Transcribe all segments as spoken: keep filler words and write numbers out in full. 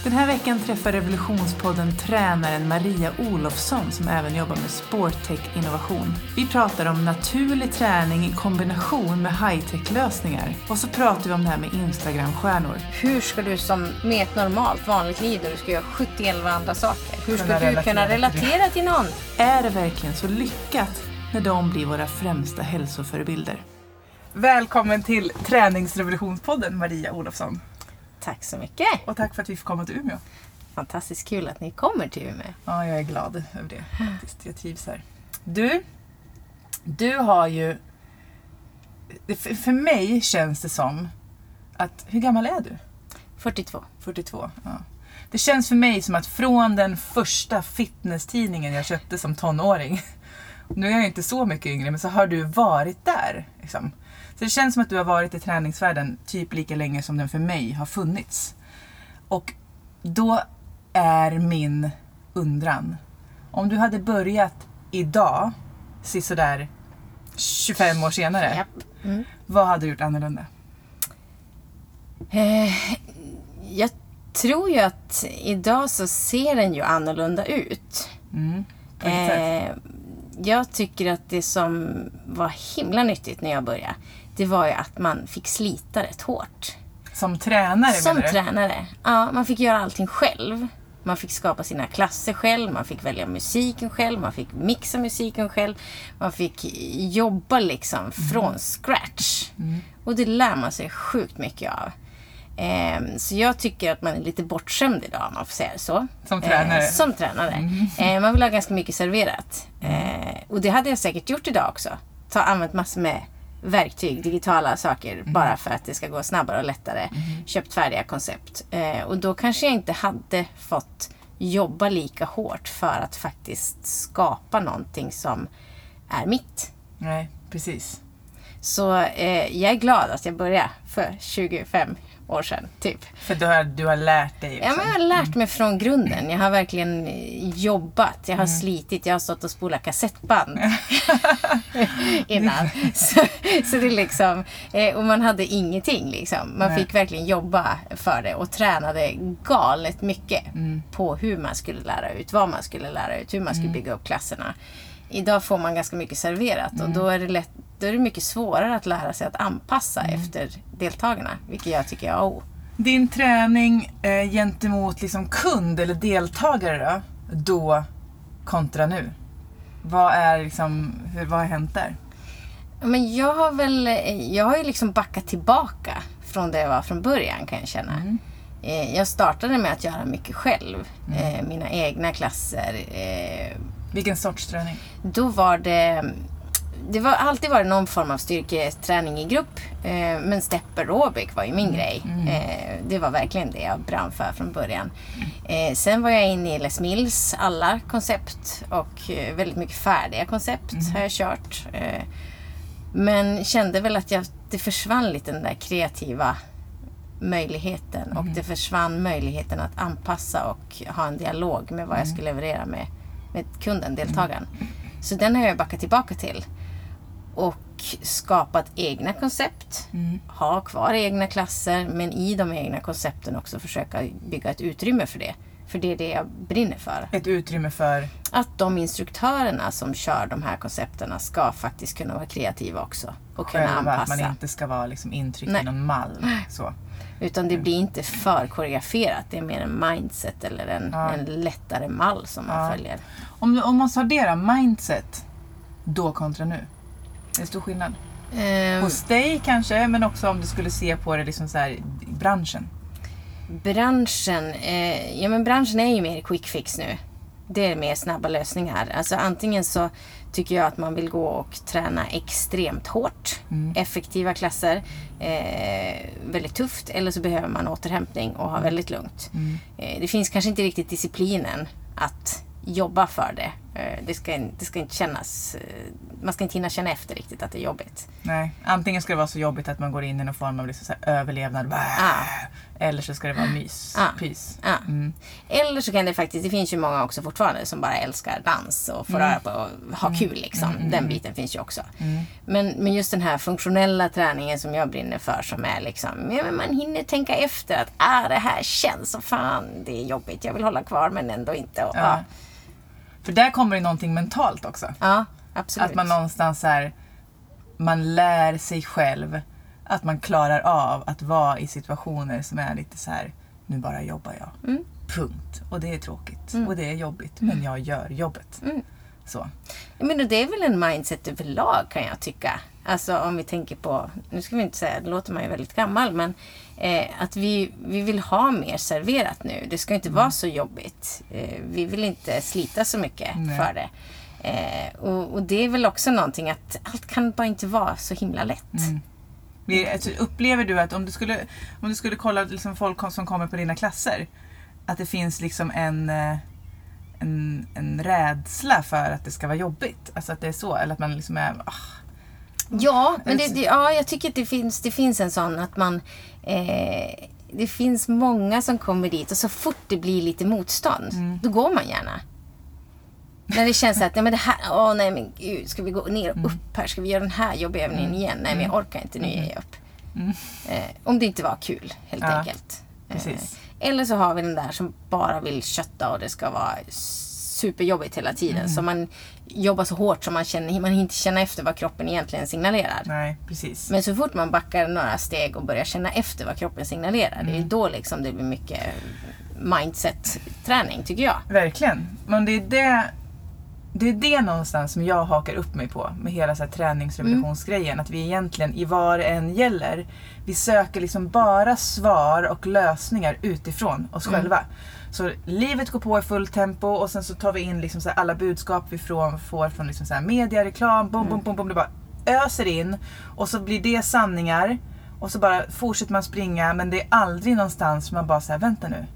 Den här veckan träffar Revolutionspodden tränaren Maria Olofsson som även jobbar med Sporttech-innovation. Vi pratar om naturlig träning i kombination med high-tech-lösningar. Och så pratar vi om det här med Instagram-stjärnor. Hur ska du som med ett normalt vanligt liv där du ska göra sjuttioelva andra saker, hur ska Kunna du kunna relatera till någon? Är det verkligen så lyckat när de blir våra främsta hälsoförebilder? Välkommen till Träningsrevolutionspodden Maria Olofsson. Tack så mycket. Och tack för att vi får komma till Umeå. Fantastiskt kul att ni kommer till Umeå. Ja, jag är glad över det faktiskt. Jag trivs här. Du, du har ju... För mig känns det som att... Hur gammal är du? fyrtiotvå. fyrtiotvå, ja. Det känns för mig som att från den första fitnesstidningen jag köpte som tonåring. Nu är jag inte så mycket yngre, men så har du varit där. Liksom. Så det känns som att du har varit i träningsvärlden typ lika länge som den för mig har funnits. Och då är min undran. Om du hade börjat idag, sådär tjugofem år senare. Japp. Mm. Vad hade du gjort annorlunda? Eh, jag tror ju att idag så ser den ju annorlunda ut. Mm. Eh, jag tycker att det som var himla nyttigt när jag började, det var ju att man fick slita rätt hårt. Som tränare Som menar du? tränare. Ja, man fick göra allting själv. Man fick skapa sina klasser själv. Man fick välja musiken själv. Man fick mixa musiken själv. Man fick jobba liksom mm. från scratch. Mm. Och det lär man sig sjukt mycket av. Eh, så jag tycker att man är lite bortskämd idag, om man får säga så. Som tränare? Eh, som tränare. Mm. Eh, man vill ha ganska mycket serverat. Eh, och det hade jag säkert gjort idag också. Ta använt massor med verktyg, digitala saker, mm. bara för att det ska gå snabbare och lättare. Mm. Köpt färdiga koncept. Eh, och då kanske jag inte hade fått jobba lika hårt för att faktiskt skapa någonting som är mitt. Nej, precis. Så eh, jag är glad att jag började för tjugofem år sedan, typ. För du har, du har lärt dig? Liksom. Ja, men jag har lärt mig från grunden. Jag har verkligen jobbat. Jag har mm. slitit. Jag har stått och spolat kassettband innan. Så, så det är liksom... Eh, och man hade ingenting, liksom. Man Nej. fick verkligen jobba för det. Och tränade galet mycket mm. på hur man skulle lära ut. Vad man skulle lära ut. Hur man skulle mm. bygga upp klasserna. Idag får man ganska mycket serverat. Mm. Och då är det lätt... Då är det mycket svårare att lära sig att anpassa mm. efter deltagarna, vilket jag tycker är oh. Din träning eh, gentemot liksom kund eller deltagare då, då kontra nu. Vad är liksom, hur, vad har hänt där? Men jag har väl, jag har ju liksom backat tillbaka från det jag var från början, kan jag känna. Mm. Eh, jag startade med att göra mycket själv, mm. eh, mina egna klasser. Eh, Vilken sorts träning? Då var det Det var alltid varit någon form av styrketräning i grupp. Eh, men step aerobic var ju min mm. grej. Eh, det var verkligen det jag brann för från början. Eh, sen var jag inne i Les Mills alla koncept. Och eh, väldigt mycket färdiga koncept mm. har jag kört. Eh, men kände väl att jag, det försvann lite den där kreativa möjligheten. Mm. Och det försvann möjligheten att anpassa och ha en dialog med vad mm. jag skulle leverera med, med kunden, deltagaren. Mm. Så den har jag backat tillbaka till. Och skapat egna koncept. Mm. Ha kvar egna klasser. Men i de egna koncepten också försöka bygga ett utrymme för det. För det är det jag brinner för. Ett utrymme för? Att de instruktörerna som kör de här koncepterna ska faktiskt kunna vara kreativa också. Och Själva, kunna anpassa. Att man inte ska vara liksom intryckt i någon mall. Så. Utan det blir inte för koreograferat. Det är mer en mindset eller en, ja. en lättare mall som man ja. följer. Om, om man adderar mindset då kontra nu. Det är stor skillnad. Um, Hos dig kanske, men också om du skulle se på det liksom så här i branschen. Branschen, eh, ja men branschen är ju mer quick fix nu. Det är mer snabba lösningar. Alltså antingen så tycker jag att man vill gå och träna extremt hårt. Mm. Effektiva klasser. Eh, väldigt tufft. Eller så behöver man återhämtning och ha väldigt lugnt. Mm. Eh, det finns kanske inte riktigt disciplinen att jobba för det. Det ska, det ska inte kännas, man ska inte hinna känna efter riktigt att det är jobbigt. Nej, antingen ska det vara så jobbigt att man går in i någon form av liksom så här överlevnad. Ah. Eller så ska det vara mys. Ah. Pys. Ah. Mm. Eller så kan det faktiskt, det finns ju många också fortfarande som bara älskar dans och får mm. röra på och ha kul liksom. Mm. Den biten finns ju också. Mm. Men, men just den här funktionella träningen som jag brinner för, som är liksom, ja, men man hinner tänka efter att ah, det här känns så fan, det är jobbigt, jag vill hålla kvar men ändå inte. Och, ja. ah. För där kommer det någonting mentalt också. Ja, absolut. Att man någonstans här, man lär sig själv att man klarar av att vara i situationer som är lite så här, nu bara jobbar jag. Mm. Punkt. Och det är tråkigt. Mm. Och det är jobbigt. Men jag gör jobbet. Mm. Så. Men det är väl en mindset överlag, kan jag tycka. Alltså om vi tänker på, nu ska vi inte säga, det låter man ju väldigt gammal, men eh, att vi, vi vill ha mer serverat nu. Det ska inte mm. vara så jobbigt. Eh, vi vill inte slita så mycket Nej. för det. Eh, och, och det är väl också någonting att allt kan bara inte vara så himla lätt. Mm. Vi, alltså, upplever du att om du skulle, om du skulle kolla liksom folk som kommer på dina klasser, att det finns liksom en, en, en rädsla för att det ska vara jobbigt? Alltså att det är så, eller att man liksom är... Ah. Ja, men det, det, ja, jag tycker att det finns, det finns en sån att man... Eh, det finns många som kommer dit och så fort det blir lite motstånd, mm. då går man gärna. När det känns att, nej men det här, åh nej men gud, ska vi gå ner och upp här? Ska vi göra den här jobbövningen igen? Nej men jag orkar inte, nu ger jag upp. Mm. Eh, om det inte var kul, helt ja, enkelt. Precis. Eh, eller så har vi den där som bara vill kötta och det ska vara superjobbigt hela tiden. Mm. Så man jobbar så hårt som man känner, man inte känner efter vad kroppen egentligen signalerar. Nej, precis. Men så fort man backar några steg och börjar känna efter vad kroppen signalerar, mm. det är då liksom det blir mycket mindset-träning, tycker jag. Verkligen. Men det är det Det är det någonstans som jag hakar upp mig på med hela så här träningsrevolutionsgrejen. Mm. Att vi egentligen, i vad det än gäller, vi söker liksom bara svar och lösningar utifrån oss mm. själva. Så livet går på i full tempo och sen så tar vi in liksom så här alla budskap vi från, får från liksom så här media, reklam, bom, bom, bom, bom. Det bara öser in och så blir det sanningar och så bara fortsätter man springa, men det är aldrig någonstans som man bara säger vänta nu.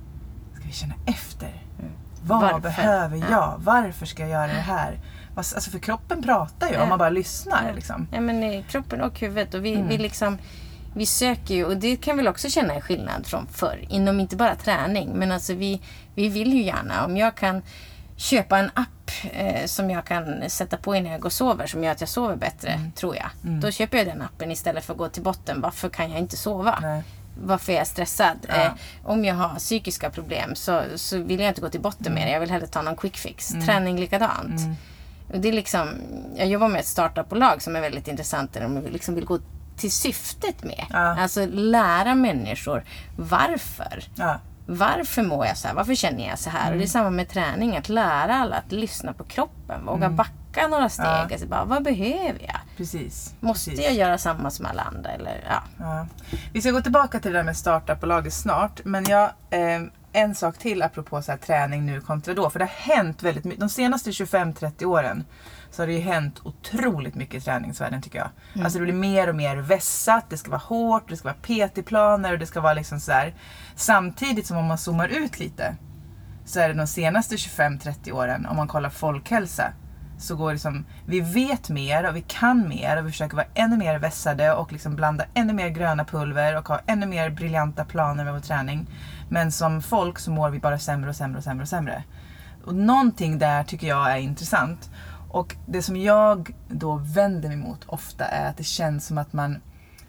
Ska vi känna efter? Mm. Vad Varför? behöver jag? Ja. Varför ska jag göra det här? Alltså för kroppen pratar ju ja. om man bara lyssnar. Ja. Liksom. Ja, men kroppen och huvudet. Och vi, mm. vi, liksom, vi söker ju, och det kan vi också känna en skillnad från förr. Inom inte bara träning, men alltså vi, vi vill ju gärna. Om jag kan köpa en app eh, som jag kan sätta på innan jag går och sover, som gör att jag sover bättre, mm. tror jag. Mm. Då köper jag den appen istället för att gå till botten. Varför kan jag inte sova? Nej. Varför är jag stressad? Ja. Eh, om jag har psykiska problem så, så vill jag inte gå till botten mm. med det. Jag vill hellre ta någon quick fix. Mm. Träning likadant. Mm. Och det är liksom, jag jobbar med ett startupbolag som är väldigt intressant där de liksom vill gå till syftet med. Ja. Alltså lära människor varför. Ja. Varför mår jag så här? Varför känner jag så här? Mm. Och det är samma med träning. Att lära alla att lyssna på kroppen. Våga mm. backa några steg. Ja. Alltså bara, vad behöver jag? Precis. Måste Precis. jag göra samma som alla andra? Eller, ja. Ja. Vi ska gå tillbaka till det där med startupbolaget snart. Men jag, eh, en sak till apropå så här, träning nu kontra då. För det har hänt väldigt mycket. De senaste tjugofem till trettio åren så har det ju hänt otroligt mycket i träningsvärlden, tycker jag. Mm. Alltså det blir mer och mer vässat. Det ska vara hårt, det ska vara P T-planer och det ska vara liksom så här. Samtidigt som om man zoomar ut lite så är det de senaste tjugofem till trettio åren, om man kollar folkhälsa, så går det som, vi vet mer och vi kan mer och vi försöker vara ännu mer vässade och liksom blanda ännu mer gröna pulver och ha ännu mer briljanta planer med vår träning. Men som folk så mår vi bara sämre och sämre och sämre och sämre. Och någonting där tycker jag är intressant. Och det som jag då vänder mig mot ofta är att det känns som att man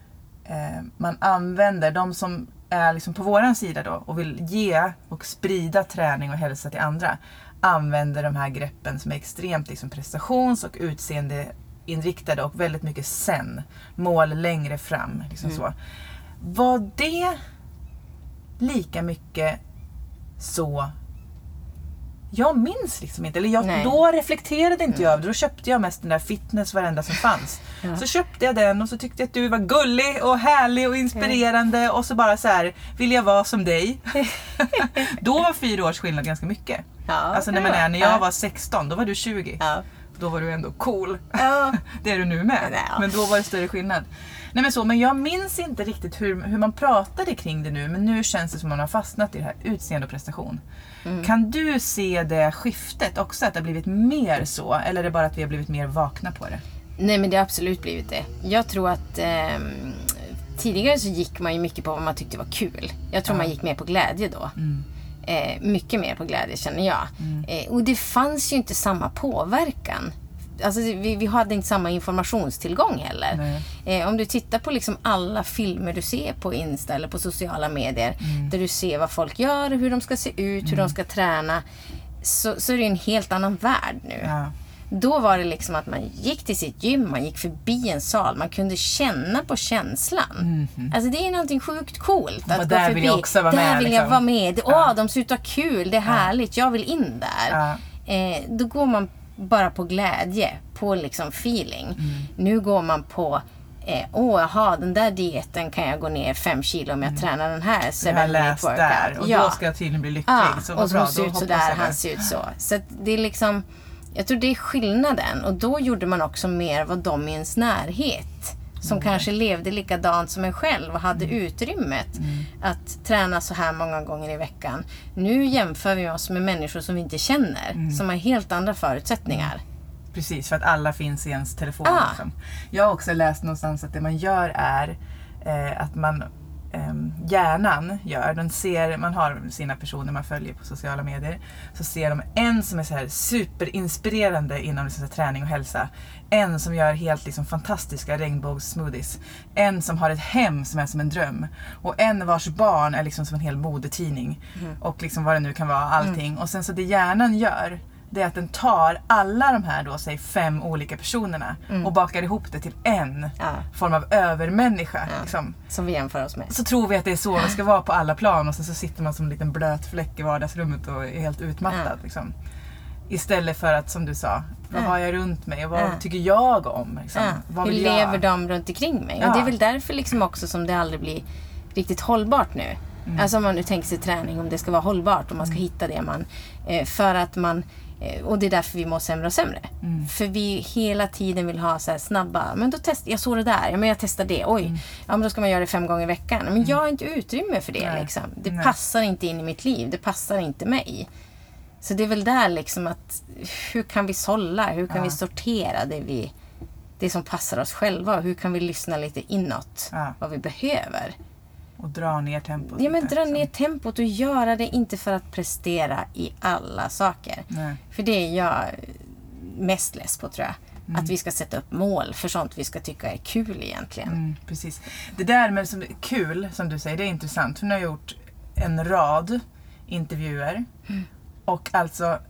eh, man använder de som är liksom på våran sida då och vill ge och sprida träning och hälsa till andra, använder de här greppen som är extremt liksom prestations- och utseendeinriktade och väldigt mycket sen, mål längre fram liksom. Mm. Så. Var det lika mycket så? Jag minns liksom inte, eller jag, då reflekterade inte jag över det. Då köpte jag mest den där fitness varenda som fanns. Ja. Så köpte jag den och så tyckte jag att du var gullig och härlig och inspirerande. Ja. Och så bara så här, vill jag vara som dig? Då var fyra års skillnad ganska mycket. Ja, alltså när, man är, när jag ja. var sexton, då var du tjugo. Ja. Då var du ändå cool. Ja. Det är du nu med. Ja. Men då var det större skillnad. Nej men så, men jag minns inte riktigt hur, hur man pratade kring det nu. Men nu känns det som man har fastnat i det här utseende och prestation. Mm. Kan du se det skiftet också? Att det har blivit mer så? Eller är det bara att vi har blivit mer vakna på det? Nej, men det har absolut blivit det. Jag tror att eh, tidigare så gick man ju mycket på vad man tyckte var kul. Jag tror ja. man gick mer på glädje då. Mm. Eh, mycket mer på glädje känner jag. Mm. Eh, och det fanns ju inte samma påverkan. Alltså vi, vi hade inte samma informationstillgång heller. Eh, om du tittar på liksom alla filmer du ser på Insta eller på sociala medier. Mm. Där du ser vad folk gör, hur de ska se ut, mm. hur de ska träna. Så, så är det en helt annan värld nu. Ja. Då var det liksom att man gick till sitt gym, man gick förbi en sal, man kunde känna på känslan. Mm-hmm. Alltså det är någonting sjukt coolt att gå där förbi. Vill jag också vara där med, vill liksom. jag vara med. Åh, ja. de ser ut att ha kul, det är härligt, jag vill in där. Ja. Eh, då går man bara på glädje, på liksom feeling. Mm. Nu går man på eh, åh, jaha, den där dieten kan jag gå ner fem kilo om jag mm. tränar den här. Så jag har läst där och ja. då ska jag tydligen bli lycklig. Ja, så och bra, så ser ut så där, han ser ut så. Så att det är liksom, jag tror det är skillnaden. Och då gjorde man också mer vad de i ens närhet som mm. kanske levde likadant som en själv och hade mm. utrymmet mm. att träna så här många gånger i veckan. Nu jämför vi oss med människor som vi inte känner, mm. som har helt andra förutsättningar. Mm. Precis, för att alla finns i ens telefon. Ah. Liksom. Jag har också läst någonstans att det man gör är eh, att man eh, hjärnan gör, den ser, man har sina personer man följer på sociala medier, så ser de en som är så här superinspirerande inom liksom, träning och hälsa, en som gör helt liksom, fantastiska regnbågssmoothies, en som har ett hem som är som en dröm och en vars barn är liksom som en hel modetidning mm. och liksom vad det nu kan vara, allting. Mm. Och sen så det hjärnan gör, det är att den tar alla de här då, säg fem olika personerna mm. och bakar ihop det till en ja. form av övermänniska. Ja. Liksom. Som vi jämför oss med. Så tror vi att det är så det ska vara på alla plan och sen så sitter man som en liten blöt fläck i vardagsrummet och är helt utmattad. Ja. Liksom. Istället för att, som du sa, vad ja. har jag runt mig och vad ja. tycker jag om? Liksom. Ja. Vad Hur jag? lever de runt omkring mig? Ja. Och det är väl därför liksom också som det aldrig blir riktigt hållbart nu. Mm. Alltså om man nu tänker sig träning, om det ska vara hållbart och man ska mm. hitta det man... Eh, för att man... Och det är därför vi mår sämre och sämre. Mm. För vi hela tiden vill ha så här snabba, men då testar jag så det där, ja, men jag testar det. Oj, mm. ja, men då ska man göra det fem gånger i veckan. Men mm. jag har inte utrymme för det. Liksom. Det Nej. passar inte in i mitt liv. Det passar inte mig. Så det är väl där liksom att hur kan vi sålla? Hur kan ja. vi sortera det, vi, det som passar oss själva? Och hur kan vi lyssna lite inåt ja. vad vi behöver? Och dra ner tempot. Ja, men dra ner tempot och göra det inte för att prestera i alla saker. Nej. För det är jag mest less på, tror jag. Mm. Att vi ska sätta upp mål för sånt vi ska tycka är kul egentligen. Mm, precis. Det där med som kul, som du säger, det är intressant. Hon har gjort en rad intervjuer. Mm. Och alltså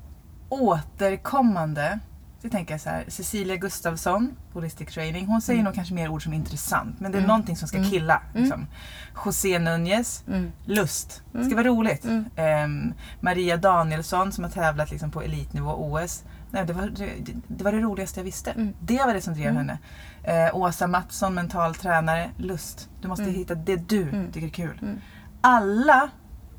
återkommande... Så tänker jag så här, Cecilia Gustafsson, Holistic Training, hon säger mm. nog kanske mer ord som intressant, men det är mm. någonting som ska killa. Mm. Liksom. José Núñez, mm. lust, det ska vara roligt. Mm. Um, Maria Danielsson som har tävlat liksom, på elitnivå O S. Nej, det, var, det, det var det roligaste jag visste. Mm. Det var det som drev mm. henne. Uh, Åsa Mattsson, mental tränare, lust. Du måste mm. hitta det du mm. tycker är kul. Mm. Alla,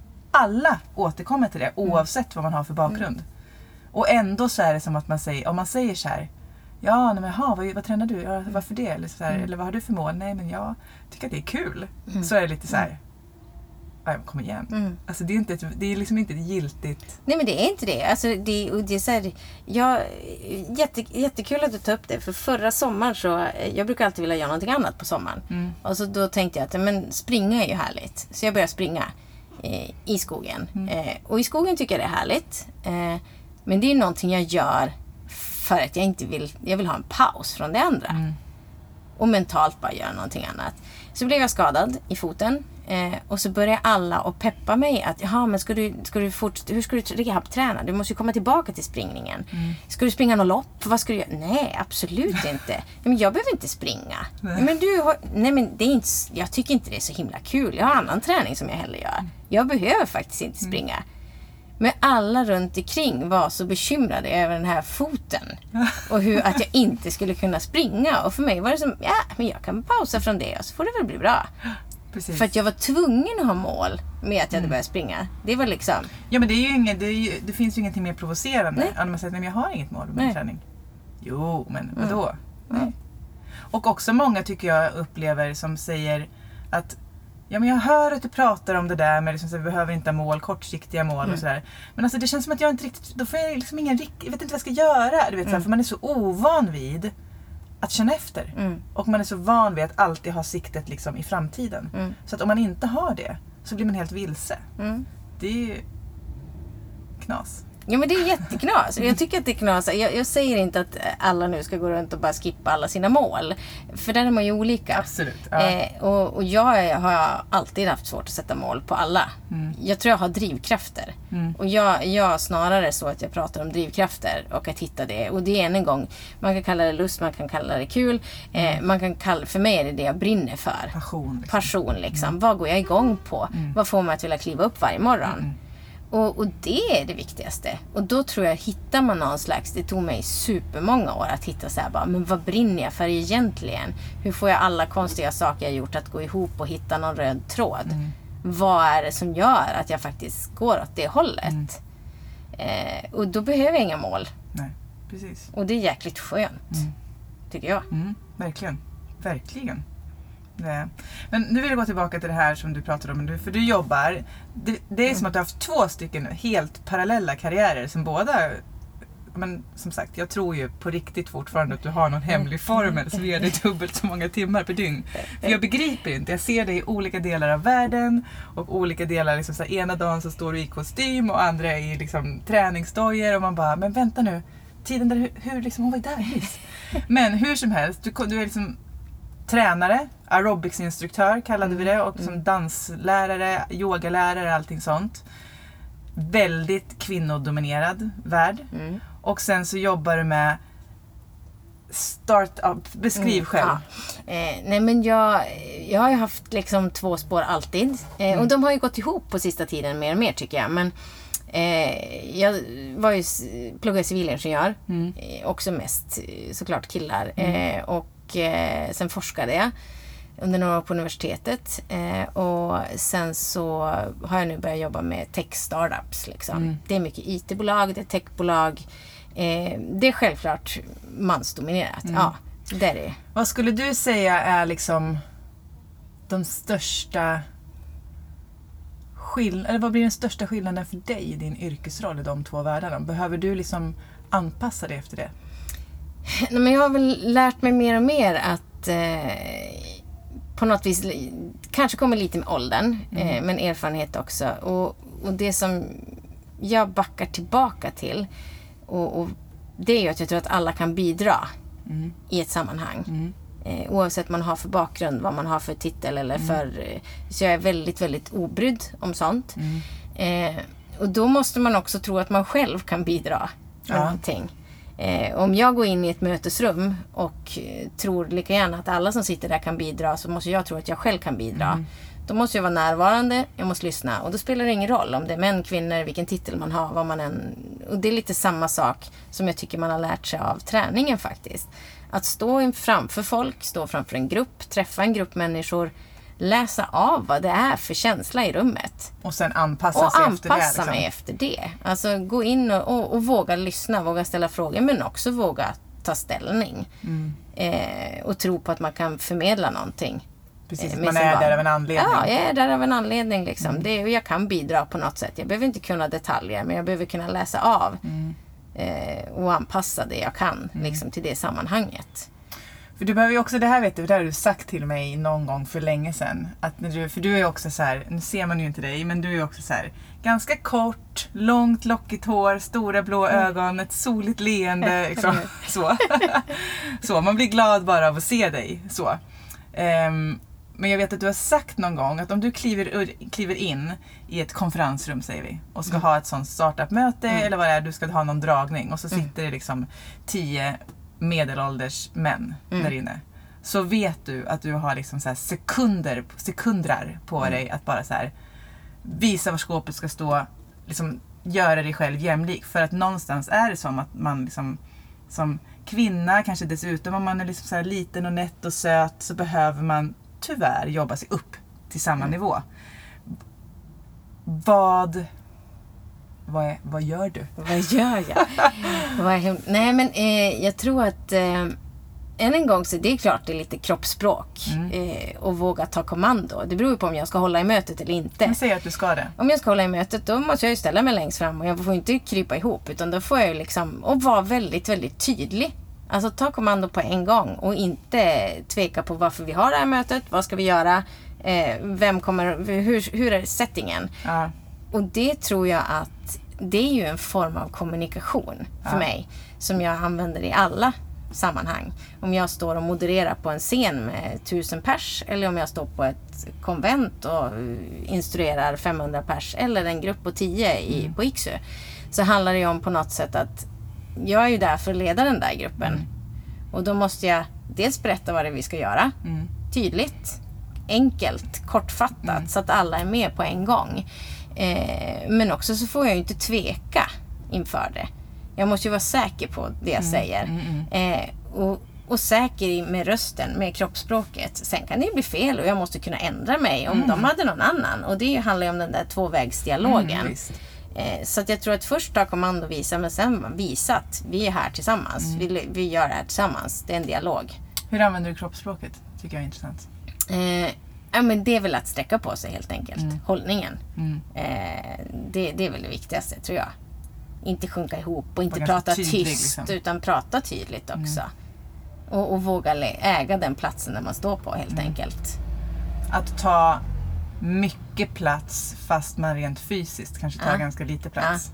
alla återkommer till det, oavsett vad man har för bakgrund. Mm. Och ändå så är det som att man säger, om man säger så här, ja, nej, men jaha, vad, vad tränar du? Ja, varför det? Eller, så här, mm. eller vad har du för mål? Nej, men jag tycker att det är kul. Mm. Så är det lite så här, ja, kom igen. Mm. Alltså det är, inte ett, det är liksom inte ett giltigt... Nej, men det är inte det. Alltså det, och det är så här, jag, jätte, jättekul att du tar upp det. För förra sommaren så, jag brukar alltid vilja göra någonting annat på sommaren. Mm. Och så då tänkte jag att, men springa är ju härligt. Så jag började springa eh, i skogen. Mm. Eh, och i skogen tycker jag det är härligt. Eh, Men det är någonting jag gör för att jag inte vill, jag vill ha en paus från det andra. Mm. Och mentalt bara göra någonting annat. Så blev jag skadad i foten. Eh, och så började alla att peppa mig. Att, jaha, men ska du, ska du fort, hur ska du rehab-träna? Du måste ju komma tillbaka till springningen. Mm. Ska du springa något lopp? Vad ska du göra? Nej, absolut inte. Men jag behöver inte springa. Nej. Men du har, nej, men det är inte, jag tycker inte det är så himla kul. Jag har annan träning som jag hellre gör. Jag behöver faktiskt inte springa. Mm. Men alla runt omkring var så bekymrade över den här foten. Och hur att jag inte skulle kunna springa. Och för mig var det som, ja, men jag kan pausa från det och så får det väl bli bra. Precis. För att jag var tvungen att ha mål med att jag hade börjat springa. Det var liksom... Ja, men det, är ju ingen, det, är ju, det finns ju ingenting mer provocerande. Än man säger, nej, men jag har inget mål med min träning. Jo, men vadå? Mm. Nej. Och också många tycker jag upplever som säger att ja, men jag hör att du pratar om det där med liksom, så vi behöver inte ha mål, kortsiktiga mål mm. och sådär. Men alltså det känns som att jag inte riktigt, då får jag liksom ingen, jag vet inte vad jag ska göra. Du vet, mm. så här, för man är så ovan vid att känna efter. Mm. Och man är så van vid att alltid ha siktet liksom i framtiden. Mm. Så att om man inte har det så blir man helt vilse. Mm. Det är ju knas. Ja, men det är jätteknas. Jag tycker att det är knas. Jag, jag säger inte att alla nu ska gå runt och bara skippa alla sina mål. För där är man ju olika. Absolut. Ja. Eh, och, och jag har alltid haft svårt att sätta mål på alla. Mm. Jag tror jag har drivkrafter. Mm. Och jag, jag snarare så att jag pratar om drivkrafter och att hitta det. Och det är en gång. Man kan kalla det lust, man kan kalla det kul. Eh, mm. Man kan kalla, för mig är det det jag brinner för. Passion. Liksom. Passion liksom. Mm. Vad går jag igång på? Mm. Vad får mig att vilja kliva upp varje morgon? Mm. Och, och det är det viktigaste. Och då tror jag, hittar man någon slags, det tog mig supermånga år att hitta så här bara, men vad brinner jag för egentligen? Hur får jag alla konstiga saker jag gjort att gå ihop och hitta någon röd tråd? Mm. Vad är det som gör att jag faktiskt går åt det hållet? Mm. Eh, och då behöver jag inga mål. Nej, precis. Och det är jäkligt skönt, mm. tycker jag. Mm, verkligen, verkligen. Nej. Men nu vill jag gå tillbaka till det här som du pratade om. För du jobbar, det, det är mm. som att du har haft två stycken helt parallella karriärer som båda, men som sagt, jag tror ju på riktigt fortfarande att du har någon hemlig formel som ger dig dubbelt så många timmar per dygn. För jag begriper inte, jag ser dig i olika delar av världen och olika delar, liksom så här, ena dagen så står du i kostym och andra i liksom träningsdojor och man bara, men vänta nu, tiden där, hur, hur liksom, hon var ju där nyss. Men hur som helst, du, du är liksom tränare, aerobicsinstruktör kallade vi det, och som mm. danslärare, yogalärare, allting sånt. Väldigt kvinnodominerad värld. Mm. Och sen så jobbar du med startup. Beskriv mm. själv. Ja. Eh, nej men jag, jag har ju haft liksom två spår alltid. Eh, mm. Och de har ju gått ihop på sista tiden mer och mer tycker jag. Men eh, jag var ju pluggade civilingenjör. Mm. Eh, också mest såklart killar. Mm. Eh, och Eh, sen forskade jag under några år på universitetet eh, och sen så har jag nu börjat jobba med tech startups liksom. Mm. Det är mycket I T-bolag, det är techbolag, eh, det är självklart mansdominerat. Mm. Ja, det är det. Vad skulle du säga är liksom de största skill- eller vad blir den största skillnaden för dig i din yrkesroll i de två världarna? Behöver du liksom anpassa dig efter det? Nej, men jag har väl lärt mig mer och mer att eh, på något vis kanske kommer lite med åldern, mm. eh, men erfarenhet också. Och, och det som jag backar tillbaka till och, och det är ju att jag tror att alla kan bidra mm. i ett sammanhang. Mm. Eh, oavsett vad man har för bakgrund, vad man har för titel eller mm. för... Eh, så jag är väldigt, väldigt obrydd om sånt. Mm. Eh, och då måste man också tro att man själv kan bidra med ja. någonting. Eh, om jag går in i ett mötesrum och eh, tror lika gärna att alla som sitter där kan bidra, så måste jag tro att jag själv kan bidra. Mm. Då måste jag vara närvarande, jag måste lyssna. Och då spelar det ingen roll om det är män, kvinnor, vilken titel man har, vad man än... Och det är lite samma sak som jag tycker man har lärt sig av träningen faktiskt. Att stå framför folk, stå framför en grupp, träffa en grupp människor, läsa av vad det är för känsla i rummet. Och sen anpassa och sig anpassa efter det. Och anpassa mig efter det. Alltså gå in och, och, och våga lyssna, våga ställa frågor, men också våga ta ställning. Mm. Eh, och tro på att man kan förmedla någonting. Precis, man är barn. Där av en anledning. Ja, jag är där av en anledning. Liksom. Mm. Det, jag kan bidra på något sätt. Jag behöver inte kunna detaljer, men jag behöver kunna läsa av. Mm. Eh, och anpassa det jag kan mm. liksom, till det sammanhanget. För du behöver ju också, det här vet du, det har du sagt till mig någon gång för länge sedan. Att när du, för du är också så här, nu ser man ju inte dig, men du är också så här, ganska kort, långt, lockigt hår, stora blå mm. ögon, ett soligt leende. Liksom, så. så, man blir glad bara av att se dig. Så. Um, men jag vet att du har sagt någon gång att om du kliver, kliver in i ett konferensrum, säger vi, och ska mm. ha ett sånt startup-möte mm. eller vad det är, du ska ha någon dragning och så sitter mm. det liksom tio medelålders män mm. där inne, så vet du att du har liksom så här sekunder, sekundrar på mm. dig att bara så här visa var skåpet ska stå, liksom göra dig själv jämlik, för att någonstans är det som att man liksom som kvinna, kanske dessutom om man är liksom så här liten och nätt och söt, så behöver man tyvärr jobba sig upp till samma mm. nivå. Vad Vad, är, vad gör du? Vad gör jag? vad är, nej men eh, jag tror att eh, än en gång så det är klart det är lite kroppsspråk. Mm. Eh, och våga ta kommando. Det beror ju på om jag ska hålla i mötet eller inte. Men säg att du ska det. Om jag ska hålla i mötet då måste jag ju ställa mig längst fram. Och jag får inte krypa ihop. Utan då får jag ju liksom, och vara väldigt, väldigt tydlig. Alltså ta kommando på en gång. Och inte tveka på varför vi har det här mötet. Vad ska vi göra? Eh, vem kommer, hur, hur är settingen? Ja. Och det tror jag att det är ju en form av kommunikation för ja. mig. Som jag använder i alla sammanhang. Om jag står och modererar på en scen med tusen pers. Eller om jag står på ett konvent och instruerar femhundra pers. Eller en grupp på tio i, mm. på I K S U. Så handlar det ju om på något sätt att jag är ju där för att leda den där gruppen. Mm. Och då måste jag dels berätta vad det är vi ska göra. Mm. Tydligt. Enkelt. Kortfattat. Mm. Så att alla är med på en gång. Eh, men också så får jag ju inte tveka inför det. Jag måste ju vara säker på det jag mm, säger. Mm, mm. Eh, och, och säker med rösten, med kroppsspråket. Sen kan det bli fel och jag måste kunna ändra mig om mm. de hade någon annan. Och det handlar ju om den där tvåvägsdialogen. Mm, eh, så att jag tror att först ta kommando och visa, men sen visa att vi är här tillsammans. Mm. Vi, vi gör det här tillsammans. Det är en dialog. Hur använder du kroppsspråket? Tycker jag är intressant. Eh, ja, men det är väl att sträcka på sig helt enkelt. Mm. Hållningen. Mm. Eh, det, det är väl det viktigaste tror jag. Inte sjunka ihop och inte prata tydlig, tyst liksom. Utan prata tydligt också. Mm. Och, och våga äga den platsen där man står på helt mm. enkelt. Att ta mycket plats fast man rent fysiskt kanske tar ja. ganska lite plats.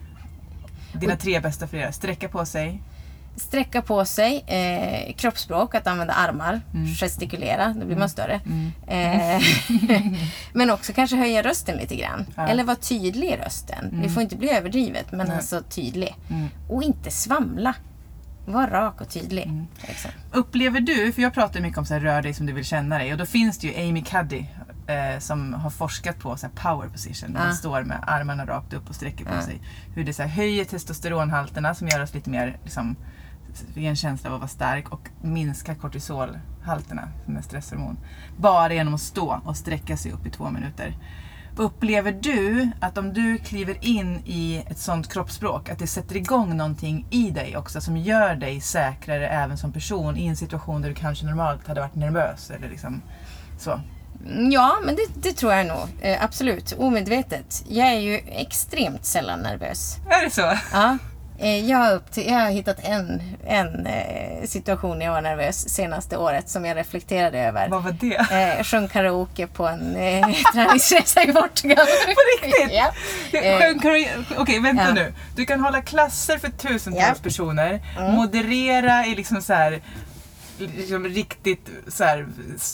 Ja. Dina tre bästa friare. Sträcka på sig. Sträcka på sig, eh, kroppsspråk, att använda armar, mm. gestikulera, då blir man mm. större. Mm. Eh, men också kanske höja rösten lite grann. Ja. Eller vara tydlig i rösten. Mm. Det får inte bli överdrivet, men mm. alltså tydlig. Mm. Och inte svamla. Var rak och tydlig. Mm. Liksom. Upplever du, för jag pratar mycket om så här, rör dig som du vill känna dig. Och då finns det ju Amy Cuddy eh, som har forskat på så här, power position. Där ja. man står med armarna rakt upp och sträcker på ja. sig. Hur det så här, höjer testosteronhalterna som gör oss lite mer liksom, en känsla av att vara stark och minska kortisolhalterna som är stresshormon. Bara genom att stå och sträcka sig upp i två minuter. Upplever du att om du kliver in i ett sånt kroppsspråk att det sätter igång någonting i dig också som gör dig säkrare även som person i en situation där du kanske normalt hade varit nervös eller liksom så? Ja, men det, det tror jag nog. Eh, absolut. Omedvetet. Jag är ju extremt sällan nervös. Är det så? Ja. Jag har, upp till, jag har hittat en, en eh, situation när jag var nervös senaste året som jag reflekterade över. Vad var det? Eh, sjöng karaoke på en eh, träningsresa i Portugal. På riktigt? Ja. Sjöng karaoke. Okej, okay, vänta ja. nu. Du kan hålla klasser för tusentals ja. personer. Mm. Moderera i liksom så här... Liksom riktigt så här,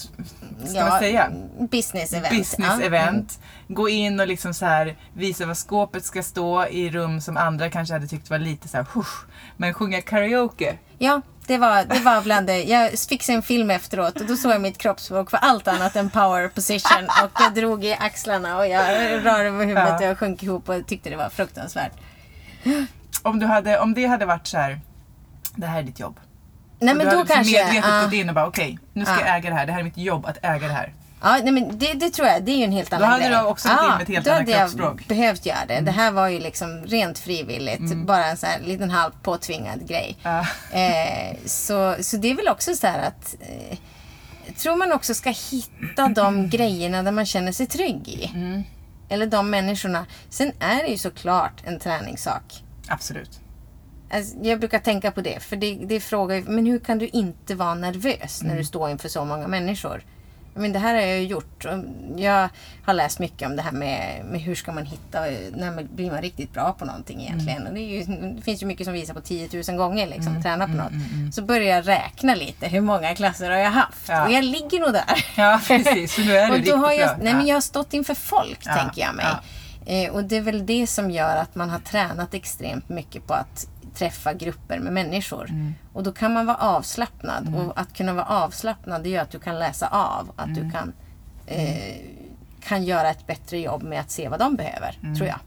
ska ja, man säga? Business event. Business ja. event. Mm. Gå in och liksom så här visa vad skåpet ska stå i rum som andra kanske hade tyckt var lite så här, husch, men sjunga karaoke. Ja, det var, det var bland det. Jag fick se en film efteråt och då såg jag mitt kroppsspråk för allt annat än power position och jag drog i axlarna och jag rörde över huvudet ja. och jag sjönk ihop och tyckte det var fruktansvärt. Om, du hade, om det hade varit så här, det här är ditt jobb. Nej, men du då hade kanske medvetet uh, gått in och bara okej, okay, nu ska uh, jag äga det här. Det här är mitt jobb att äga det här. Ja, nej, men det, det tror jag, det är ju en helt annan grej. Då hade du också gått in med ett helt annat kroppsspråk. Då hade jag behövt göra det. Mm. Det här var ju liksom rent frivilligt. Mm. Bara en sån här liten halv påtvingad grej. Uh. Eh, så, så det är väl också så här att eh, tror man också ska hitta de grejerna där man känner sig trygg i. Mm. Eller de människorna. Sen är det ju såklart en träningssak. Absolut. Alltså, jag brukar tänka på det. För det, det frågar men hur kan du inte vara nervös när mm. du står inför så många människor? Men det här har jag ju gjort. Jag har läst mycket om det här med, med hur ska man hitta, när man blir man riktigt bra på någonting egentligen. Mm. Och det, är ju, det finns ju mycket som visar på tio tusen gånger liksom, mm. träna på något. Mm, mm, mm. Så börjar jag räkna lite hur många klasser har jag haft. Ja. Och jag ligger nog där. Ja, precis. Så nu är det och riktigt då har jag, bra. Nej, men jag har stått inför folk, ja. tänker jag mig. Ja. Eh, och det är väl det som gör att man har tränat extremt mycket på att träffa grupper med människor. Mm. Och då kan man vara avslappnad. Mm. Och att kunna vara avslappnad, det gör att du kan läsa av. Att mm. du kan, eh, kan göra ett bättre jobb med att se vad de behöver, mm. tror jag.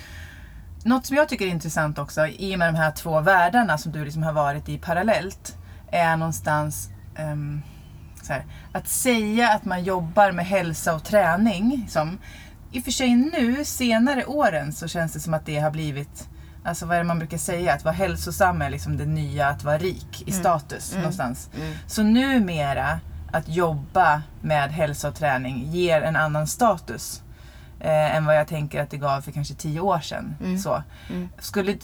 Något som jag tycker är intressant också, i och med de här två världarna som du liksom har varit i parallellt, är någonstans um, så här, att säga att man jobbar med hälsa och träning. Som, i och för sig nu, senare åren, så känns det som att det har blivit Alltså vad är det man brukar säga? Att vara hälsosam är liksom det nya att vara rik i status Mm. någonstans. Mm. Så numera att jobba med hälsa och träning ger en annan status eh, än vad jag tänker att det gav för kanske tio år sedan. Mm. Så. Mm. Skulle,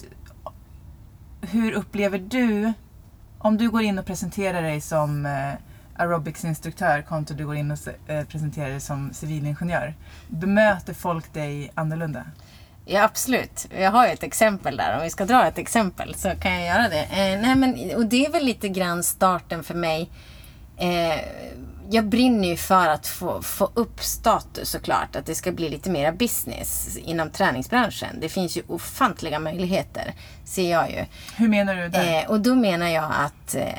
hur upplever du, om du går in och presenterar dig som eh, aerobicsinstruktör kontra du går in och eh, presenterar dig som civilingenjör, bemöter folk dig annorlunda? Ja, absolut. Jag har ju ett exempel där. Om vi ska dra ett exempel så kan jag göra det. Eh, nej, men, och det är väl lite grann starten för mig. Eh, jag brinner ju för att få, få upp status såklart. Att det ska bli lite mer business inom träningsbranschen. Det finns ju ofantliga möjligheter, ser jag ju. Hur menar du det? Eh, och då menar jag att eh,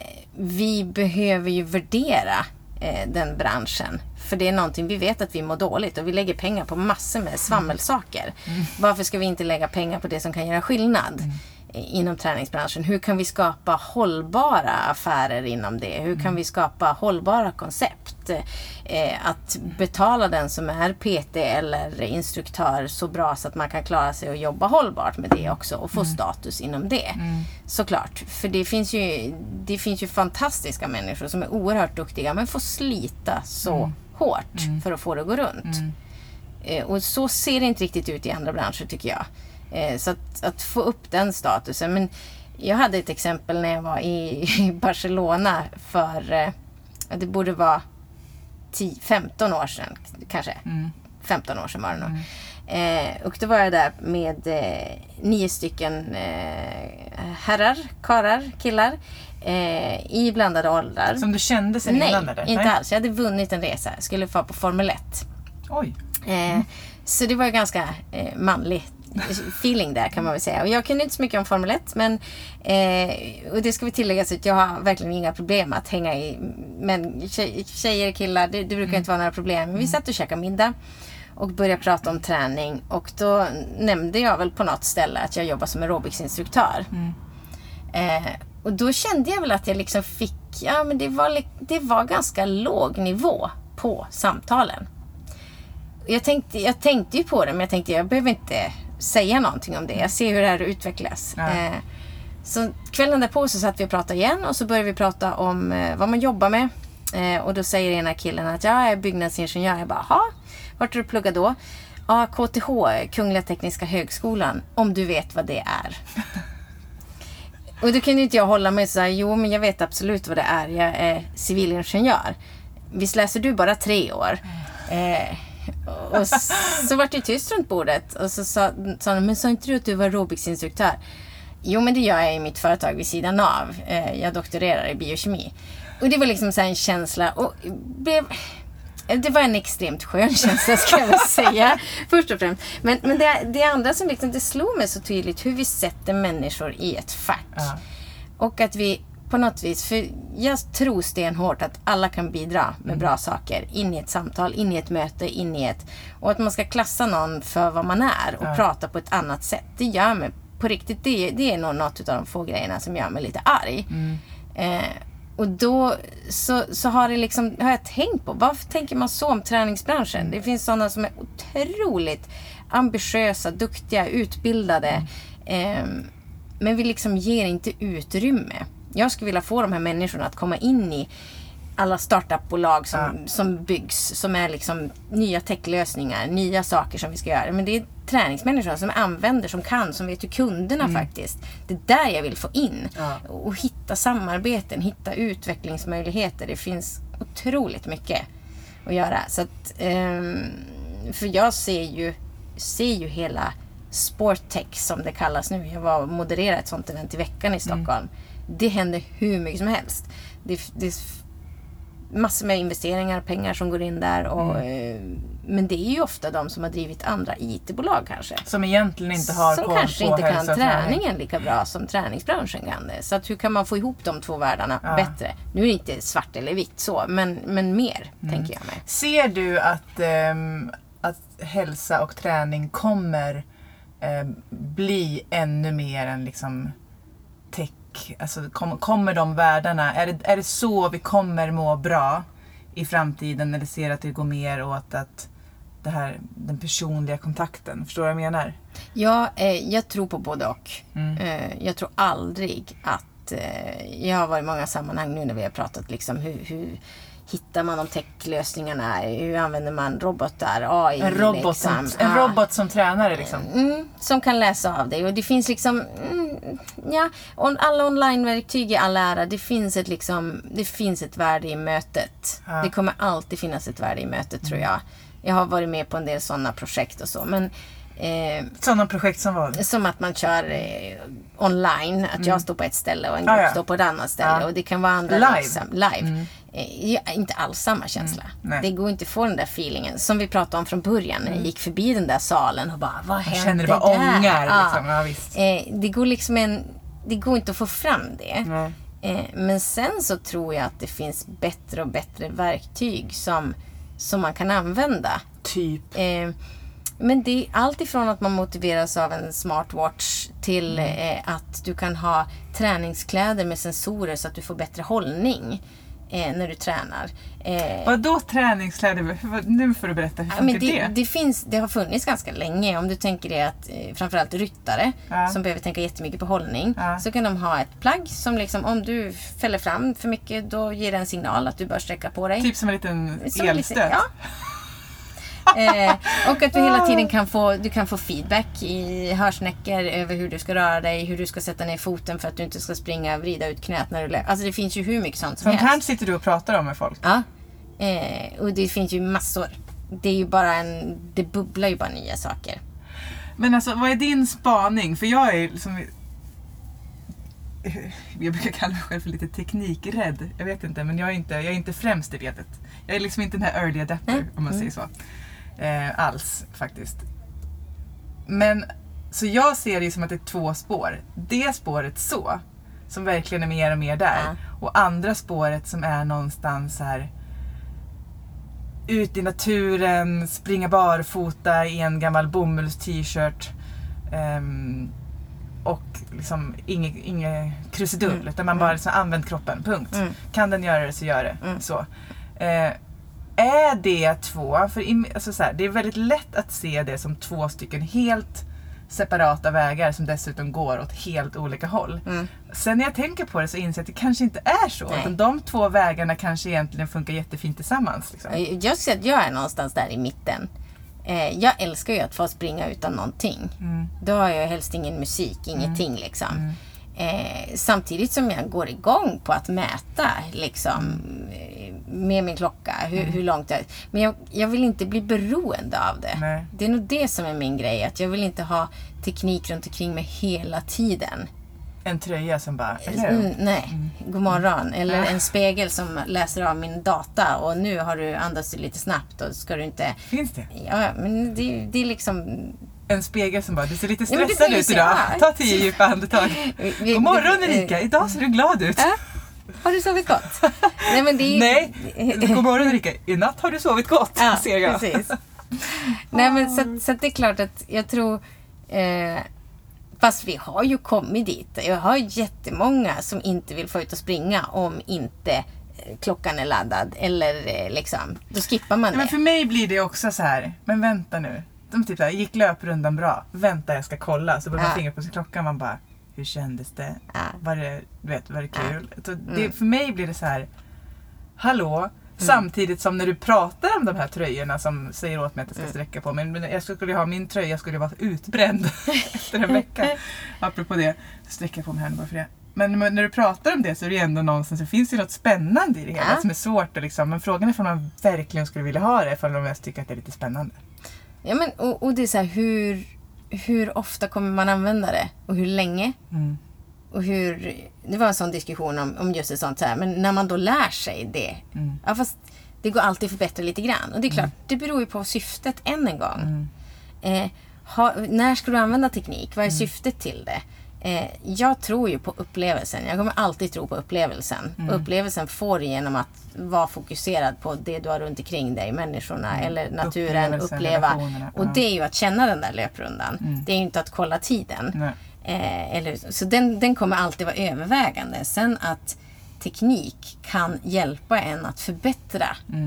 vi behöver ju värdera eh, den branschen. För det är någonting, vi vet att vi mår dåligt och vi lägger pengar på massor med svammelsaker. Mm. Varför ska vi inte lägga pengar på det som kan göra skillnad mm. inom träningsbranschen? Hur kan vi skapa hållbara affärer inom det? Hur kan vi skapa hållbara koncept? Eh, att betala den som är P T eller instruktör så bra så att man kan klara sig och jobba hållbart med det också och få mm. status inom det. Mm. Såklart, för det finns ju det finns ju fantastiska människor som är oerhört duktiga men får slita så mm. hårt mm. för att få det att gå runt. Mm. Eh, och så ser det inte riktigt ut i andra branscher tycker jag. Eh, så att, att få upp den statusen. Men jag hade ett exempel när jag var i, i Barcelona för eh, det borde vara tio, femton år sedan kanske. Mm. femton år sedan var det nog. Mm. Eh, och då var jag där med eh, nio stycken eh, herrar, karar, killar eh, i blandade åldrar. Som du kände sen Nej, innan? Eller? inte Nej, alls. Jag hade vunnit en resa. Jag skulle få på Formel ett. Oj. Eh, så det var ju ganska eh, manlig feeling där kan man väl säga. Och jag kunde inte så mycket om Formel ett, men eh, och det ska vi tillägga så att jag har verkligen inga problem att hänga i, men tjej, tjejer, killar, det, det brukar mm. inte vara några problem. Men vi satt och käkade middag och började prata om träning och då nämnde jag väl på något ställe att jag jobbar som aerobicsinstruktör. Mm. Eh, och då kände jag väl att jag liksom fick, ja men det var, det var ganska låg nivå på samtalen. Jag tänkte, jag tänkte ju på det, men jag tänkte jag behöver inte säga någonting om det. Jag ser hur det här utvecklas. Ja. Eh, så kvällen därpå så satt vi och pratade igen och så började vi prata om eh, vad man jobbar med. Eh, och då säger ena killen att jag är byggnadsingenjör. Jag bara, jaha, vart har du pluggat då? Ja, K T H, Kungliga Tekniska Högskolan, om du vet vad det är. Och då kunde inte jag hålla mig så här, jo men jag vet absolut vad det är. Jag är civilingenjör. Visst läser du bara tre år? Eh, och så, så var det tyst runt bordet och så sa, sa han, men sa inte du att du var aerobicsinstruktör? Jo men det gör jag i mitt företag vid sidan av. Eh, jag doktorerar i biokemi. Och det var liksom så här en känsla och blev, det var en extremt skön känsla ska jag väl säga först och främst. Men, men det, det andra som liksom, det slog mig så tydligt hur vi sätter människor i ett fack. Ja. Och att vi på något vis, för jag tror stenhårt att alla kan bidra med mm. bra saker in i ett samtal, in i ett möte, in i ett, och att man ska klassa någon för vad man är och ja. prata på ett annat sätt, det gör mig på riktigt, det, det är nog något av de få grejerna som gör mig lite arg. Mm. Eh, och då så, så har det liksom, har jag tänkt på, varför tänker man så om träningsbranschen? Mm. Det finns sådana som är otroligt ambitiösa, duktiga, utbildade mm. eh, men vi liksom ger inte utrymme. Jag skulle vilja få de här människorna att komma in i alla startupbolag som, ja. som byggs, som är liksom nya techlösningar, nya saker som vi ska göra. Men det är träningsmänniskor som använder, som kan, som vet hur kunderna mm. faktiskt. Det är där jag vill få in. Ja. Och hitta samarbeten, hitta utvecklingsmöjligheter. Det finns otroligt mycket att göra. Så att, um, för jag ser ju, ser ju hela Sporttech som det kallas nu. Jag var och modererade ett sånt event i veckan i Stockholm. Mm. Det händer hur mycket som helst. Det, det är massor med investeringar, pengar som går in där. Och, mm. Men det är ju ofta de som har drivit andra I T-bolag kanske. Som egentligen inte har Som koll kanske på inte kan träning. träningen lika bra som träningsbranschen kan det. Så att hur kan man få ihop de två världarna ja. bättre? Nu är det inte svart eller vitt så, men, men mer mm. tänker jag mig. Ser du att, ähm, att hälsa och träning kommer ähm, bli ännu mer än liksom tech? Alltså, kom, kommer de världarna, är det, är det så vi kommer må bra i framtiden, eller ser att det går mer åt att det här, den personliga kontakten. Förstår du vad jag menar? Ja, eh, jag tror på både och. Mm. Eh, jag tror aldrig att... Eh, jag har varit i många sammanhang nu när vi har pratat liksom hur... hur hittar man de techlösningarna? Hur använder man robotar? A I? En robot, liksom. som, en ja. robot som tränare liksom. Mm, som kan läsa av dig. Och det finns liksom... Mm, ja, on, alla online-verktyg i all ära. Det finns ett, liksom, det finns ett värde i mötet. Ja. Det kommer alltid finnas ett värde i mötet, tror jag. Jag har varit med på en del sådana projekt och så. Men... Eh, sådana projekt som vad? Som att man kör eh, online. Att mm. jag står på ett ställe och en grupp ah, ja. står på ett annat ställe. Ja. Och det kan vara andra live. Liksom, live. Mm. Eh, ja, inte alls samma känsla. Mm. Det går inte att få den där feelingen. Som vi pratade om från början. När jag gick förbi den där salen och bara, vad hände där? Känner det bara ångar. Ja. Liksom. Ja, visst. Eh, det går liksom en... Det går inte att få fram det. Nej. Eh, men sen så tror jag att det finns bättre och bättre verktyg som, som man kan använda. Typ. Eh, Men det är allt ifrån att man motiveras av en smartwatch till mm. eh, att du kan ha träningskläder med sensorer så att du får bättre hållning eh, när du tränar. Eh, Vad då träningskläder? Nu får du berätta, hur ja, funkar men det, det? Det, finns, det har funnits ganska länge. Om du tänker dig att eh, framförallt ryttare ja. som behöver tänka jättemycket på hållning, ja. så kan de ha ett plagg som liksom, om du fäller fram för mycket, då ger det en signal att du bör sträcka på dig. Typ som en liten som elstöt. En liten, ja. eh, och att du hela tiden kan få, du kan få feedback i hörsnäckor över hur du ska röra dig, hur du ska sätta ner foten för att du inte ska springa och vrida ut knät när du lä- Alltså det finns ju hur mycket sånt som Sånt helst. här sitter du och pratar om med folk. Ja, eh, och det finns ju massor. Det är ju bara en, det bubblar ju bara nya saker. Men alltså, vad är din spaning? För jag är liksom... Jag brukar kalla mig själv för lite teknikrädd. Jag vet inte, men jag är inte, jag är inte främst i ledet. Jag är liksom inte den här early adapter, mm. om man säger så. Eh, alls, faktiskt. Men, så jag ser det som att det är två spår. Det spåret så, som verkligen är mer och mer där. Mm. Och andra spåret som är någonstans här... ut i naturen, springa barfota i en gammal bomulls-t-shirt. Um, och liksom inget, inget krusidull, mm. utan man bara liksom använt kroppen, punkt. Mm. Kan den göra det så gör det. Mm. Så. Eh, är det två, för in, alltså så här, det är väldigt lätt att se det som två stycken helt separata vägar som dessutom går åt helt olika håll. Mm. Sen när jag tänker på det så inser jag att det kanske inte är så. Utan de två vägarna kanske egentligen funkar jättefint tillsammans. Liksom. Jag ser att jag är någonstans där i mitten. Eh, jag älskar ju att få springa utan någonting. Mm. Då har jag helst ingen musik, ingenting mm. liksom. Mm. Eh, samtidigt som jag går igång på att mäta liksom, mm. med min klocka hur, mm. hur långt jag... Men jag, jag vill inte bli beroende av det. Nej. Det är nog det som är min grej. Att jag vill inte ha teknik runt omkring mig hela tiden. En tröja som bara... Mm, nej, mm. god morgon. Eller ja. En spegel som läser av min data. Och nu har du andats lite snabbt och ska du inte... Finns det? Ja, men det, det är liksom... En spegel som bara, du ser lite stressad ja, ut idag. Ja. Ta tio djupa andetag. God morgon Erika, idag ser du glad ut. Ja. Har du sovit gott? Nej, men det är... Nej. God morgon Erika, i natt har du sovit gott, ja, ser jag. Precis. Nej, men så, så det är klart att jag tror... Eh, fast vi har ju kommit dit. Jag har jättemånga som inte vill få ut och springa om inte klockan är laddad. Eller liksom, då skippar man det. Men för mig blir det också så här, men vänta nu. De typ såhär, gick löprundan bra? Vänta, jag ska kolla. Så börjar man ja. fingret på sin klocka man bara, hur kändes det? Ja. Var det, vet, var det kul? Ja. Så det, mm. För mig blir det så här, hallå? Mm. Samtidigt som när du pratar om de här tröjorna som säger åt mig att jag ska mm. sträcka på. Men, men jag skulle ha min tröja, jag skulle vara utbränd efter en vecka. Apropå det, sträcka på mig här bara för det. Men när du pratar om det så är det ändå någonstans, så finns det något spännande i det hela ja. som är svårt. Liksom. Men frågan är om man verkligen skulle vilja ha det, ifall de mest tycker att det är lite spännande. Ja, men och, och det är så här, hur, hur ofta kommer man använda det? Och hur länge? Mm. Och hur, det var en sån diskussion om, om just ett sånt här, men när man då lär sig det, mm. ja, fast det går alltid för bättre lite grann. Och det är klart, mm. det beror ju på syftet än en gång. Mm. Eh, ha, när ska du använda teknik? Vad är mm. syftet till det? Eh, jag tror ju på upplevelsen. Jag kommer alltid tro på upplevelsen. Mm. Och upplevelsen får du genom att vara fokuserad på det du har runt omkring dig, människorna mm. eller naturen, uppleva. Och det är ju att känna den där löprundan. Mm. Det är ju inte att kolla tiden. Eh, eller, så den, den kommer alltid vara övervägande. Sen att teknik kan hjälpa en att förbättra. Mm.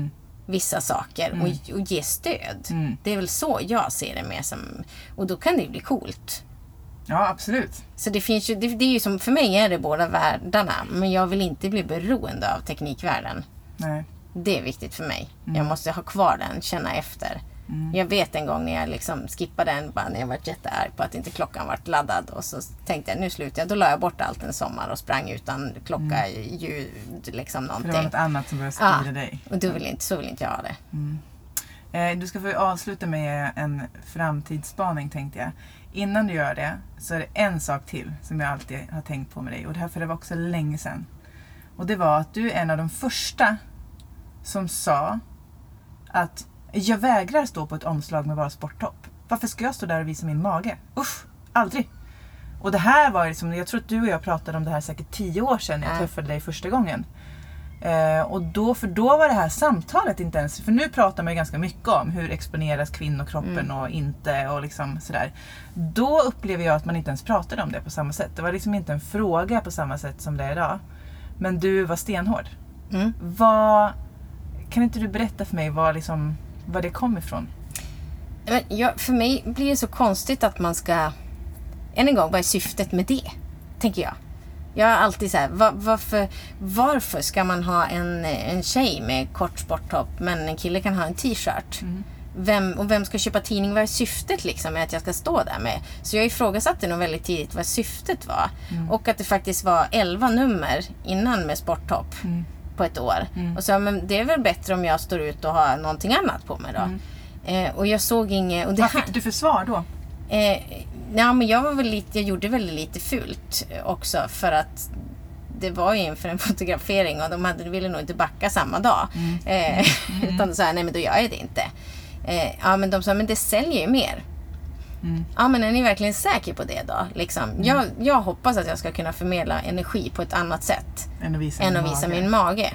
vissa saker Mm. och, och ge stöd. Mm. Det är väl så jag ser det med som, och då kan det ju bli coolt. Ja, absolut. Så det finns ju, det, det är ju som, för mig är det båda världarna, men jag vill inte bli beroende av teknikvärlden. Nej. Det är viktigt för mig. Mm. Jag måste ha kvar den, känna efter. Mm. Jag vet en gång när jag liksom skippade den, bara när jag var jättearg på att inte klockan var laddad, och så tänkte jag, nu slutar jag. Då la jag bort allt en sommar och sprang utan klocka, Mm. ljud, liksom För någonting. det var något annat som började styra Ja. dig. Och då vill inte, så vill inte jag ha det. Mm. Eh, du ska få avsluta med en framtidsspaning, tänkte jag. Innan du gör det så är det en sak till som jag alltid har tänkt på med dig. Och det här för det var också länge sedan. Och det var att du är en av de första som sa att jag vägrar stå på ett omslag med bara sporttopp. Varför ska jag stå där och visa min mage? Usch, aldrig. Och det här var liksom, jag tror att du och jag pratade om det här säkert tio år sedan när jag Ja. träffade dig första gången. Eh, och då, för då var det här samtalet inte ens, för nu pratar man ju ganska mycket om hur exponeras kvinnokroppen Mm. och inte och liksom sådär. Då upplever jag att man inte ens pratade om det på samma sätt. Det var liksom inte en fråga på samma sätt som det är idag. Men du var stenhård. Mm. Vad, kan inte du berätta för mig vad, liksom, vad det kom ifrån? Men jag, för mig blir det så konstigt att man ska, än en gång, vad är syftet med det? Tänker jag. Jag har alltid så här, var, varför, varför ska man ha en, en tjej med kort sporttopp men en kille kan ha en t-shirt? Mm. Vem, och vem ska köpa tidning? Vad är syftet liksom med att jag ska stå där med? Så jag ifrågasatte nog väldigt tidigt vad syftet var. Mm. Och att det faktiskt var elva nummer innan med sporttopp Mm. på ett år. Mm. Och så, men det är väl bättre om jag står ut och har någonting annat på mig då. Mm. Eh, och jag såg inget... Och det Vad här, fick du för svar då? Eh, ja, men jag var väl lite, jag gjorde väl lite fult också, för att det var ju inför en fotografering och de hade, ville nog inte backa samma dag. Mm. Eh, utan de sa, nej men då gör jag det inte. Eh, ja, men de sa, men det säljer ju mer. Mm. Ja, men är ni verkligen säker på det då? Liksom, Mm. jag, jag hoppas att jag ska kunna förmedla energi på ett annat sätt Än att visa, än min, att visa mage. min mage.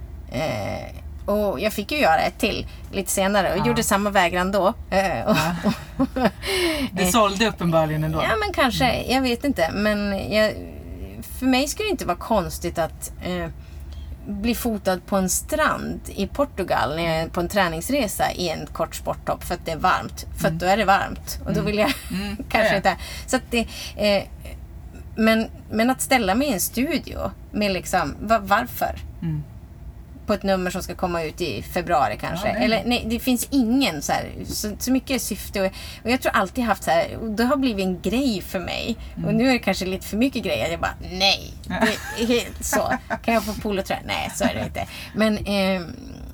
Eh, och jag fick ju göra ett till lite senare och Ja. gjorde samma vägran då. Eh, och, Ja. Det sålde uppenbarligen ändå. Ja, men kanske. Jag vet inte. Men jag, för mig skulle det inte vara konstigt att eh, bli fotad på en strand i Portugal när jag är på en träningsresa i en kort sporttopp för att det är varmt. För att då är det varmt. Och då vill jag Mm. kanske Ja. inte... Så att det, eh, men, men att ställa mig i en studio med liksom, va, varför? Mm. På ett nummer som ska komma ut i februari kanske. Ja, nej. Eller nej, det finns ingen så här, så, så mycket syfte. Och, och jag tror alltid haft så här, och det har blivit en grej för mig. Mm. Och nu är det kanske lite för mycket grejer. Jag bara, nej. Det är helt så. Kan jag få polotröja? Nej, så är det inte. Men, eh,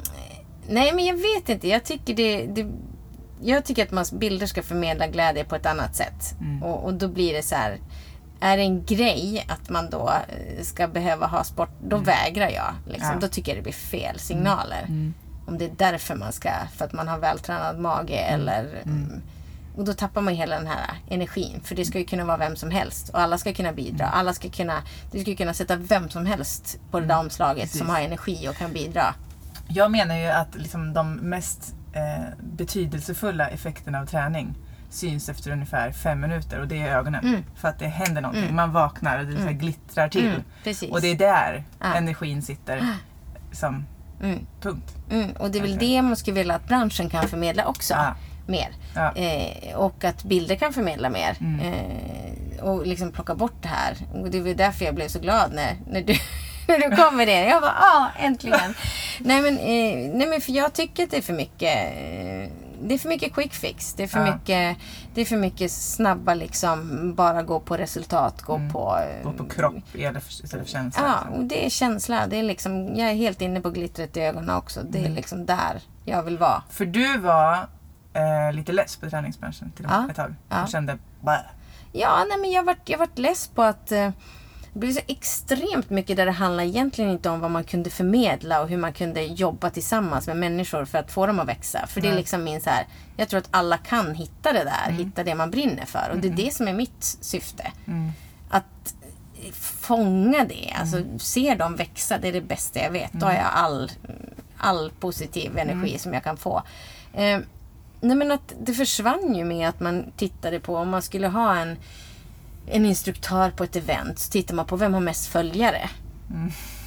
nej men jag vet inte. Jag tycker det, det jag tycker att man bilder ska förmedla glädje på ett annat sätt. Mm. Och, och då blir det så här, är det en grej att man då eh, ska behöva ha sport, då vägrar jag. Liksom. Ja. Då tycker jag det blir fel signaler. Mm. Om det är därför man ska, för att man har vältränad mage eller... Mm. Och då tappar man hela den här energin. För det ska ju kunna vara vem som helst. Och alla ska kunna bidra. Alla ska kunna, du ska kunna sätta vem som helst på det där omslaget Precis. som har energi och kan bidra. Jag menar ju att liksom de mest eh, betydelsefulla effekterna av träning syns efter ungefär fem minuter och det är ögonen. Mm. För att det händer någonting. Mm. Man vaknar och det så här glittrar till. Mm, precis. Och det är där Ja. energin sitter som Mm. punkt. Mm. Och det är väl Okej. det man skulle vilja att branschen kan förmedla också. Ja. Mer. Ja. Eh, och att bilder kan förmedla mer. Mm. Eh, och liksom plocka bort det här. Och det var därför jag blev så glad när, när, du, när du kom med det. Jag bara, ja, äntligen. nej, men, eh, nej men för jag tycker att det är för mycket... Eh, det är för mycket quick fix. Det är för, Ja. mycket, det är för mycket snabba liksom, bara gå på resultat. Gå Mm. på... eh, Gå på kropp eller för- istället för känsla. Ja, liksom. och det är känsla. Det är liksom, jag är helt inne på glittret i ögonen också. Det är Mm. liksom där jag vill vara. För du var eh, lite less på träningsbranschen till och med Ja. ett tag. Ja. Och kände bara... Ja, nej, men jag vart jag vart less på att eh, det blev så extremt mycket där det handlar egentligen inte om vad man kunde förmedla och hur man kunde jobba tillsammans med människor för att få dem att växa. För det är Nej. liksom min så här, jag tror att alla kan hitta det där, Mm. hitta det man brinner för. Och det är det som är mitt syfte. Mm. Att fånga det, alltså se dem växa, det är det bästa jag vet. Då har jag all, all positiv energi Mm. som jag kan få. Eh, nej men att det försvann ju med att man tittade på, om man skulle ha en en instruktör på ett event, så tittar man på vem har mest följare. Mm.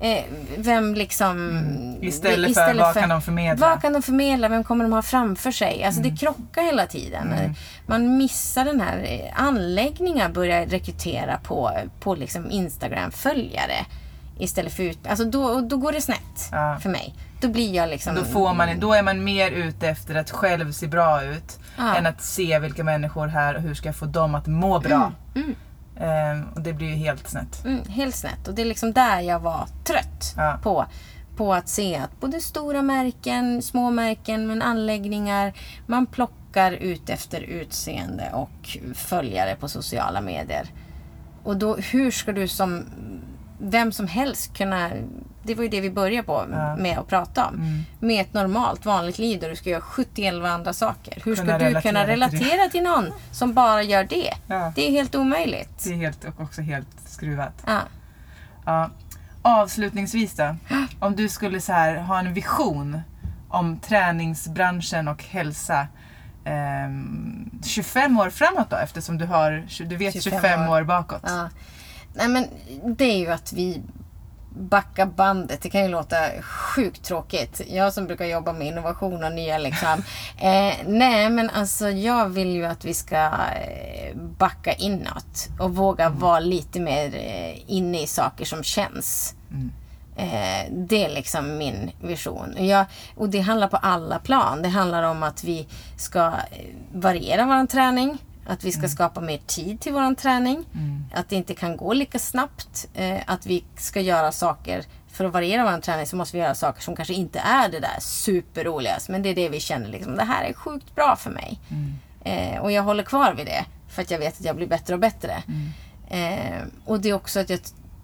Eh, vem liksom... Mm. Istället, istället för vad för, kan de förmedla? Vad kan de förmedla? Vem kommer de ha framför sig? Alltså mm. det krockar hela tiden. Mm. Man missar den här... Anläggningar börjar rekrytera på, på liksom Instagram-följare. Istället för ut... Alltså då, då går det snett ja. för mig. Då blir jag liksom... Då, får man, då är man mer ute efter att själv se bra ut. Ja. Än att se vilka människor här och hur ska jag få dem att må bra. Mm. Mm. Um, och det blir ju helt snett. Mm, helt snett. Och det är liksom där jag var trött ja. på. På att se att både stora märken, små märken, men anläggningar. Man plockar ut efter utseende och följare på sociala medier. Och då, hur ska du som... Vem som helst kunna... Det var ju det vi började på ja. med att prata om. Mm. Med ett normalt, vanligt liv där du ska göra sjuttioelva andra saker. Hur ska kunna du relatera kunna relatera till, till någon som bara gör det? Ja. Det är helt omöjligt. Det är helt, och också helt skruvat. Ja. Ja. Avslutningsvis då. Om du skulle så här, ha en vision om träningsbranschen och hälsa eh, tjugofem år framåt då? Eftersom du har du vet tjugofem år bakåt. Ja. Nej, men det är ju att vi backar bandet. Det kan ju låta sjukt tråkigt. Jag som brukar jobba med innovation och nya liksom. eh, nej, men alltså jag vill ju att vi ska eh, backa inåt och våga mm. vara lite mer eh, inne i saker som känns. Mm. Eh, det är liksom min vision. Och, jag, och det handlar på alla plan. Det handlar om att vi ska variera vår träning. Att vi ska mm. skapa mer tid till våran träning. Mm. Att det inte kan gå lika snabbt. Eh, att vi ska göra saker. För att variera våran träning så måste vi göra saker som kanske inte är det där superroligaste. Men det är det vi känner liksom. Det här är sjukt bra för mig. Mm. Eh, och jag håller kvar vid det. För att jag vet att jag blir bättre och bättre. Mm. Eh, och det är också att jag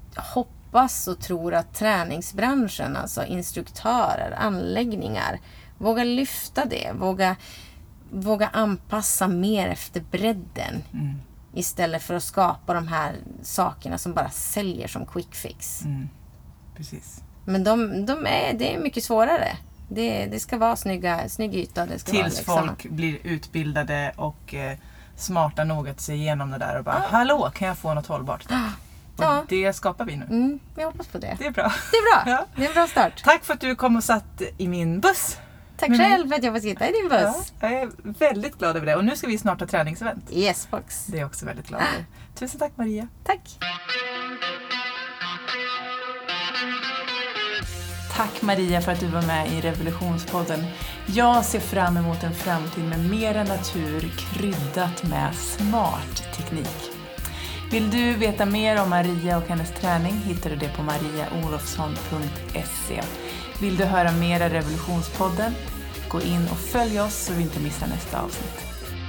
hoppas och tror att träningsbranschen, alltså instruktörer, anläggningar, vågar lyfta det. Våga... Våga anpassa mer efter bredden. Mm. Istället för att skapa de här sakerna som bara säljer som quick fix. Mm. Precis. Men de, de är, det är mycket svårare. Det, det ska vara snygga, snygg yta. Det ska Tills vara liksom... folk blir utbildade och eh, smarta nog att se igenom det där och bara, ah. hallå, kan jag få något hållbart? Ah. Och ja. det skapar vi nu. Mm, jag hoppas på det. Det är bra. Det är bra. Ja. Det är en bra start. Tack för att du kom och satt i min buss. Tack själv för att jag får sitta i din buss. Ja, jag är väldigt glad över det. Och nu ska vi snart ha träningsevent. Yes, box. Det är jag också väldigt glad över. Tusen tack Maria. Tack. Tack Maria för att du var med i Revolutionspodden. Jag ser fram emot en framtid med mera natur kryddat med smart teknik. Vill du veta mer om Maria och hennes träning hittar du det på maria olofsson punkt se. Vill du höra mera Revolutionspodden? Gå in och följ oss så vi inte missar nästa avsnitt.